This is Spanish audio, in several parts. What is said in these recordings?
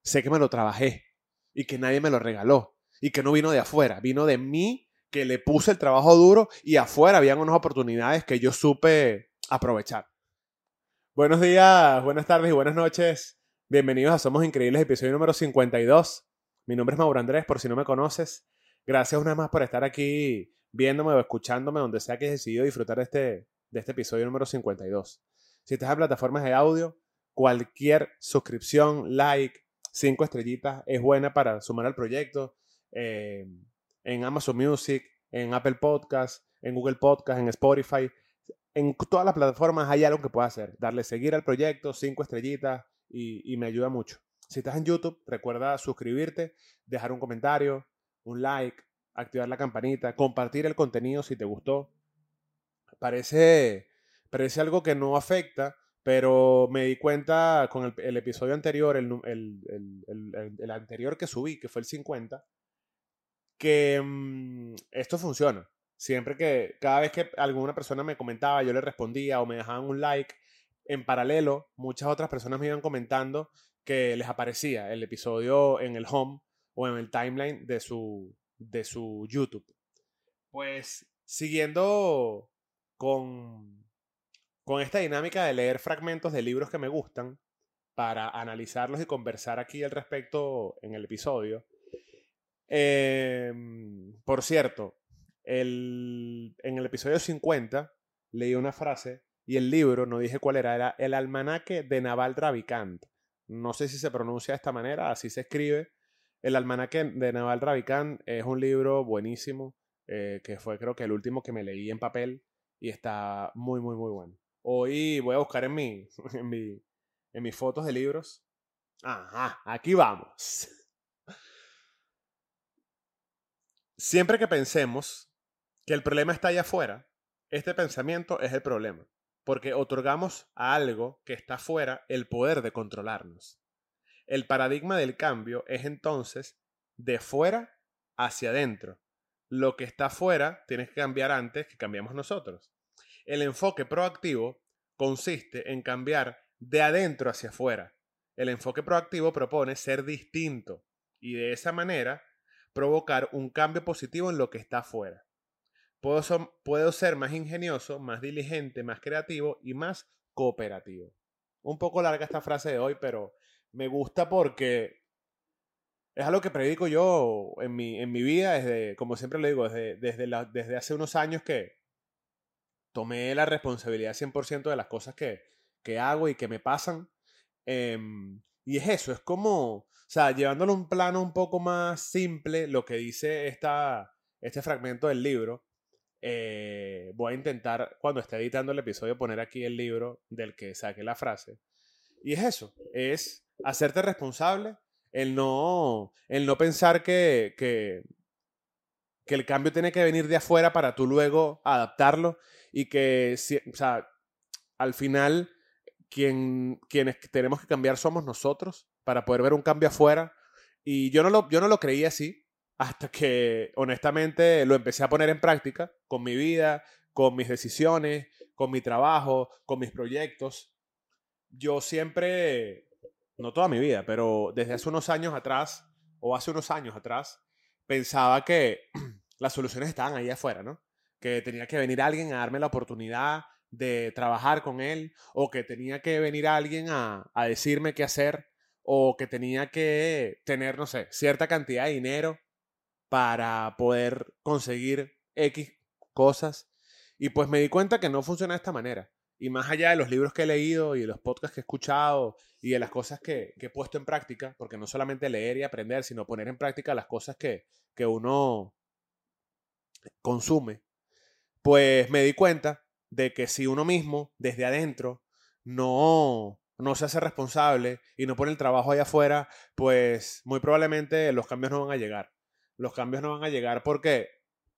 sé que me lo trabajé y que nadie me lo regaló y que no vino de afuera, vino de mí, que le puse el trabajo duro y afuera habían unas oportunidades que yo supe aprovechar. Buenos días, buenas tardes y buenas noches. Bienvenidos a Somos Increíbles, episodio número 52. Mi nombre es Mauro Andrés, por si no me conoces. Gracias una vez más por estar aquí viéndome o escuchándome donde sea que hayas decidido disfrutar de este episodio número 52. Si estás en plataformas de audio, cualquier suscripción, like, 5 estrellitas es buena para sumar al proyecto. En Amazon Music, en Apple Podcast, en Google Podcast, en Spotify. En todas las plataformas hay algo que puedas hacer. Darle seguir al proyecto, 5 estrellitas y me ayuda mucho. Si estás en YouTube, recuerda suscribirte, dejar un comentario, un like, activar la campanita, compartir el contenido si te gustó. Parece algo que no afecta, pero me di cuenta con el episodio anterior, el anterior que subí, que fue el 50, que esto funciona. Cada vez que alguna persona me comentaba, yo le respondía o me dejaban un like. En paralelo, muchas otras personas me iban comentando que les aparecía el episodio en el home o en el timeline de su YouTube. Pues siguiendo con, con esta dinámica de leer fragmentos de libros que me gustan para analizarlos y conversar aquí al respecto en el episodio. Por cierto, en el episodio 50 leí una frase y el libro, no dije cuál era El almanaque de Naval Ravikant. No sé si se pronuncia de esta manera, así se escribe. El almanaque de Naval Ravikant es un libro buenísimo, que fue creo que el último que me leí en papel y está muy, muy, muy bueno. Hoy voy a buscar en mis fotos de libros. Ajá, aquí vamos. Siempre que pensemos que el problema está allá afuera, este pensamiento es el problema, porque otorgamos a algo que está afuera el poder de controlarnos. El paradigma del cambio es entonces de fuera hacia adentro. Lo que está afuera tienes que cambiar antes que cambiemos nosotros. El enfoque proactivo consiste en cambiar de adentro hacia afuera. El enfoque proactivo propone ser distinto y de esa manera provocar un cambio positivo en lo que está afuera. Puedo ser más ingenioso, más diligente, más creativo y más cooperativo. Un poco larga esta frase de hoy, pero me gusta porque es algo que predico yo en mi vida, desde, como siempre lo digo, desde hace unos años que tomé la responsabilidad 100% de las cosas que hago y que me pasan. Y es eso, es como, o sea, llevándolo a un plano un poco más simple, lo que dice este fragmento del libro. Voy a intentar, cuando esté editando el episodio, poner aquí el libro del que saqué la frase. Y es eso, es hacerte responsable, el no pensar que el cambio tiene que venir de afuera para tú luego adaptarlo y que, o sea, al final quienes tenemos que cambiar somos nosotros para poder ver un cambio afuera. Y yo no lo creía así hasta que honestamente lo empecé a poner en práctica con mi vida, con mis decisiones, con mi trabajo, con mis proyectos. Yo siempre, no toda mi vida, pero desde hace unos años atrás, o hace unos años atrás, pensaba que las soluciones estaban ahí afuera, ¿no? Que tenía que venir alguien a darme la oportunidad de trabajar con él, o que tenía que venir alguien a decirme qué hacer, o que tenía que tener, no sé, cierta cantidad de dinero para poder conseguir X cosas. Y pues me di cuenta que no funciona de esta manera. Y más allá de los libros que he leído y de los podcasts que he escuchado y de las cosas que he puesto en práctica, porque no solamente leer y aprender, sino poner en práctica las cosas que uno consume, pues me di cuenta de que si uno mismo, desde adentro, no se hace responsable y no pone el trabajo allá afuera, pues muy probablemente los cambios no van a llegar. Los cambios no van a llegar porque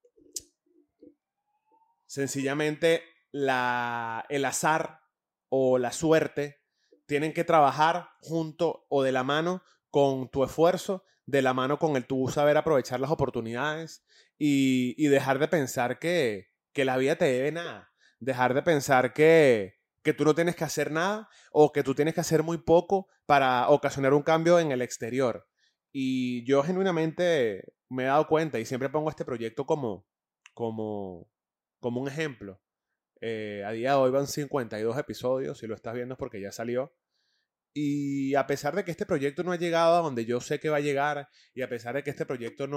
sencillamente el azar o la suerte tienen que trabajar junto o de la mano con tu esfuerzo, de la mano con el tú saber aprovechar las oportunidades y dejar de pensar que la vida te debe nada. Dejar de pensar que que tú no tienes que hacer nada o que tú tienes que hacer muy poco para ocasionar un cambio en el exterior. Y yo genuinamente me he dado cuenta y siempre pongo este proyecto como, como un ejemplo. A día de hoy van 52 episodios, si lo estás viendo es porque ya salió. Y a pesar de que este proyecto no ha llegado a donde yo sé que va a llegar, y a pesar de que este proyecto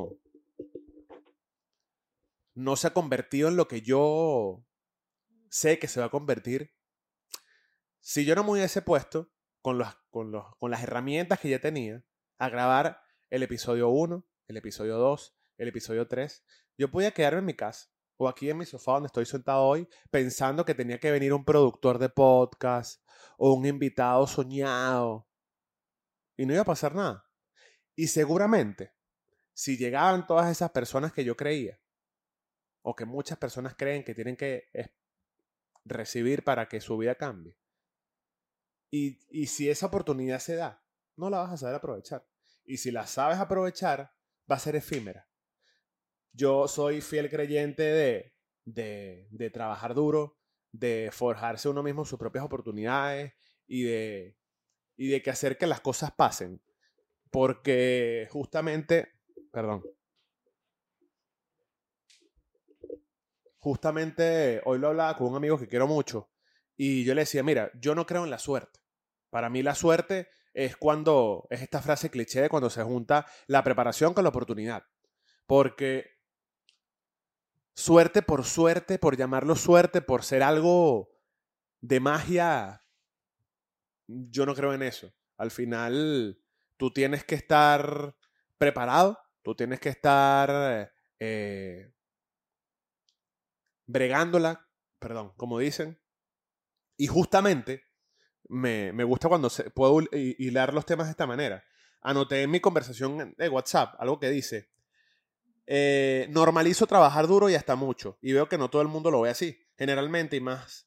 no se ha convertido en lo que yo sé que se va a convertir, si yo no me hubiese puesto con las herramientas que ya tenía a grabar el episodio 1, el episodio 2, el episodio 3, yo podía quedarme en mi casa o aquí en mi sofá donde estoy sentado hoy pensando que tenía que venir un productor de podcast o un invitado soñado y no iba a pasar nada. Y seguramente, si llegaban todas esas personas que yo creía o que muchas personas creen que tienen que recibir para que su vida cambie, y si esa oportunidad se da, no la vas a saber aprovechar. Y si la sabes aprovechar, va a ser efímera. Yo soy fiel creyente de trabajar duro, de forjarse uno mismo sus propias oportunidades y de que hacer que las cosas pasen. Porque perdón, justamente hoy lo hablaba con un amigo que quiero mucho y yo le decía, mira, yo no creo en la suerte. Para mí la suerte es esta frase cliché de cuando se junta la preparación con la oportunidad. Porque suerte, por llamarlo suerte, por ser algo de magia, yo no creo en eso. Al final, tú tienes que estar preparado, tú tienes que estar bregándola, perdón, como dicen. Y justamente me gusta cuando puedo hilar los temas de esta manera. Anoté en mi conversación de WhatsApp algo que dice, normalizo trabajar duro y hasta mucho. Y veo que no todo el mundo lo ve así. Generalmente y más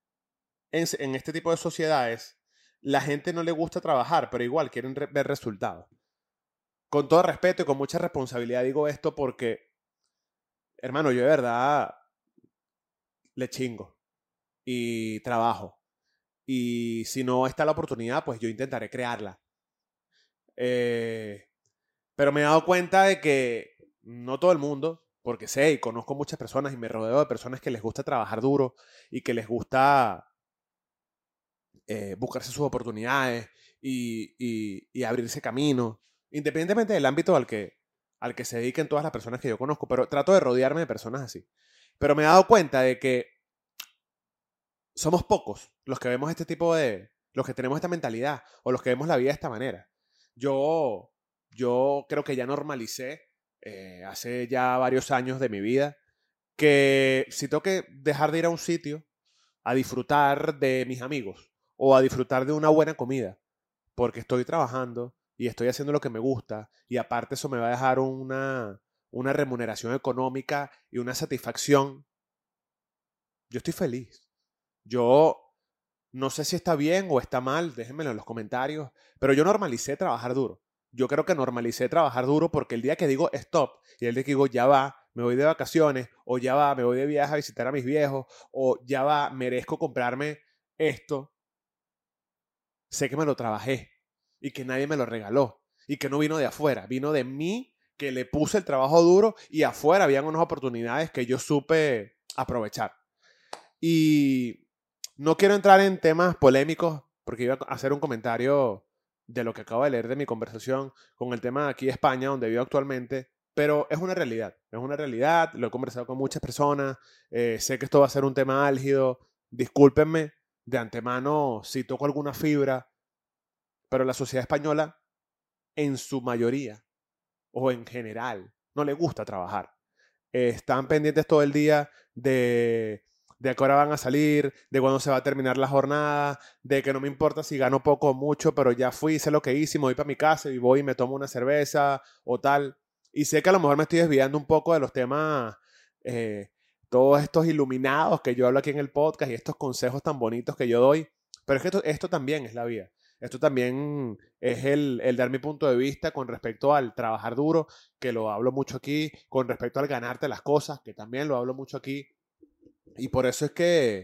en este tipo de sociedades, la gente no le gusta trabajar, pero igual quieren ver resultados. Con todo respeto y con mucha responsabilidad digo esto porque, hermano, yo de verdad le chingo y trabajo. Y si no está la oportunidad, pues yo intentaré crearla. Eh, pero me he dado cuenta de que no todo el mundo, porque sé y conozco muchas personas y me rodeo de personas que les gusta trabajar duro y que les gusta buscarse sus oportunidades y abrirse camino, independientemente del ámbito al que se dediquen todas las personas que yo conozco, pero trato de rodearme de personas así. Pero me he dado cuenta de que somos pocos los que vemos los que tenemos esta mentalidad o los que vemos la vida de esta manera. Yo, yo creo que ya normalicé hace ya varios años de mi vida que si tengo que dejar de ir a un sitio a disfrutar de mis amigos o a disfrutar de una buena comida porque estoy trabajando y estoy haciendo lo que me gusta y aparte eso me va a dejar una remuneración económica y una satisfacción, yo estoy feliz. Yo no sé si está bien o está mal, déjenmelo en los comentarios, pero yo normalicé trabajar duro. Yo creo que normalicé trabajar duro porque el día que digo stop y el día que digo ya va, me voy de vacaciones, o ya va, me voy de viaje a visitar a mis viejos, o ya va, merezco comprarme esto, sé que me lo trabajé y que nadie me lo regaló y que no vino de afuera, vino de mí que le puse el trabajo duro y afuera habían unas oportunidades que yo supe aprovechar. Y no quiero entrar en temas polémicos porque iba a hacer un comentario de lo que acabo de leer de mi conversación con el tema de aquí de España, donde vivo actualmente, pero es una realidad, lo he conversado con muchas personas, sé que esto va a ser un tema álgido, discúlpenme de antemano si toco alguna fibra, pero la sociedad española en su mayoría o en general no le gusta trabajar. Están pendientes todo el día de a qué hora van a salir, de cuándo se va a terminar la jornada, de que no me importa si gano poco o mucho, pero ya fui, sé lo que hice, me voy para mi casa y voy y me tomo una cerveza o tal. Y sé que a lo mejor me estoy desviando un poco de los temas, eh, todos estos iluminados que yo hablo aquí en el podcast y estos consejos tan bonitos que yo doy, pero es que esto también es la vida. Esto también es el dar mi punto de vista con respecto al trabajar duro, que lo hablo mucho aquí, con respecto al ganarte las cosas, que también lo hablo mucho aquí. Y por eso es que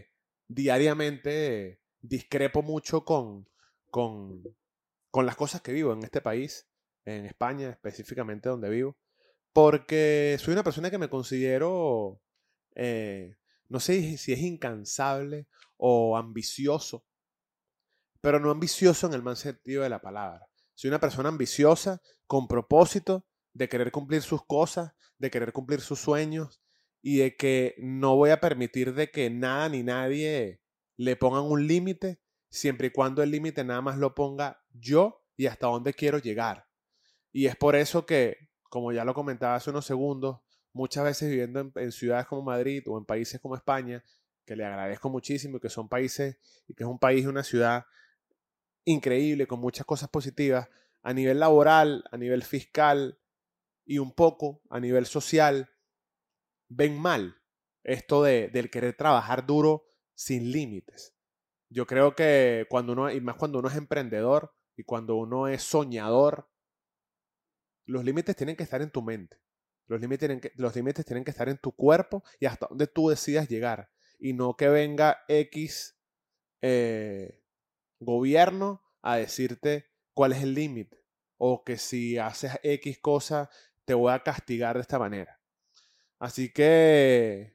diariamente discrepo mucho con, con las cosas que vivo en este país, en España específicamente donde vivo, porque soy una persona que me considero, eh, no sé si es incansable o ambicioso, pero no ambicioso en el mal sentido de la palabra. Soy una persona ambiciosa, con propósito de querer cumplir sus cosas, de querer cumplir sus sueños y de que no voy a permitir de que nada ni nadie le pongan un límite, siempre y cuando el límite nada más lo ponga yo y hasta dónde quiero llegar. Y es por eso que, como ya lo comentaba hace unos segundos, muchas veces viviendo en ciudades como Madrid o en países como España, que le agradezco muchísimo y que son países, y que es un país y una ciudad increíble, con muchas cosas positivas, a nivel laboral, a nivel fiscal y un poco a nivel social, ven mal esto del querer trabajar duro sin límites. Yo creo que cuando uno, y más cuando uno es emprendedor y cuando uno es soñador, los límites tienen que estar en tu mente. Los límites tienen que estar en tu cuerpo y hasta donde tú decidas llegar. Y no que venga X eh, gobierno a decirte cuál es el límite. O que si haces X cosa te voy a castigar de esta manera. Así que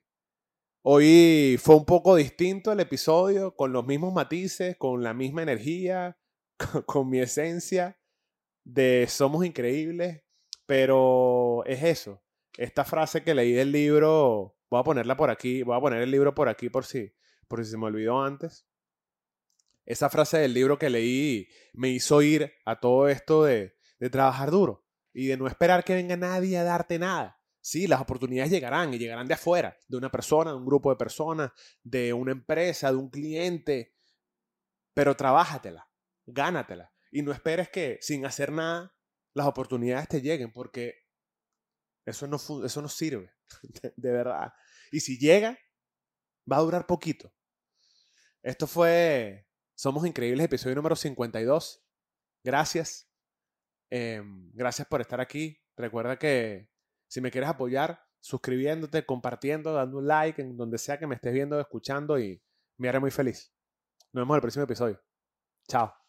hoy fue un poco distinto el episodio, con los mismos matices, con la misma energía, con mi esencia de somos increíbles, pero es eso. Esta frase que leí del libro, voy a ponerla por aquí, voy a poner el libro por aquí por si se me olvidó antes. Esa frase del libro que leí me hizo ir a todo esto de trabajar duro y de no esperar que venga nadie a darte nada. Sí, las oportunidades llegarán y llegarán de afuera, de una persona, de un grupo de personas, de una empresa, de un cliente, pero trabájatela, gánatela y no esperes que sin hacer nada las oportunidades te lleguen porque eso no sirve, de verdad. Y si llega, va a durar poquito. Esto fue Somos Increíbles, episodio número 52. Gracias. Gracias por estar aquí. Recuerda que si me quieres apoyar, suscribiéndote, compartiendo, dando un like en donde sea que me estés viendo o escuchando y me haré muy feliz. Nos vemos en el próximo episodio. Chao.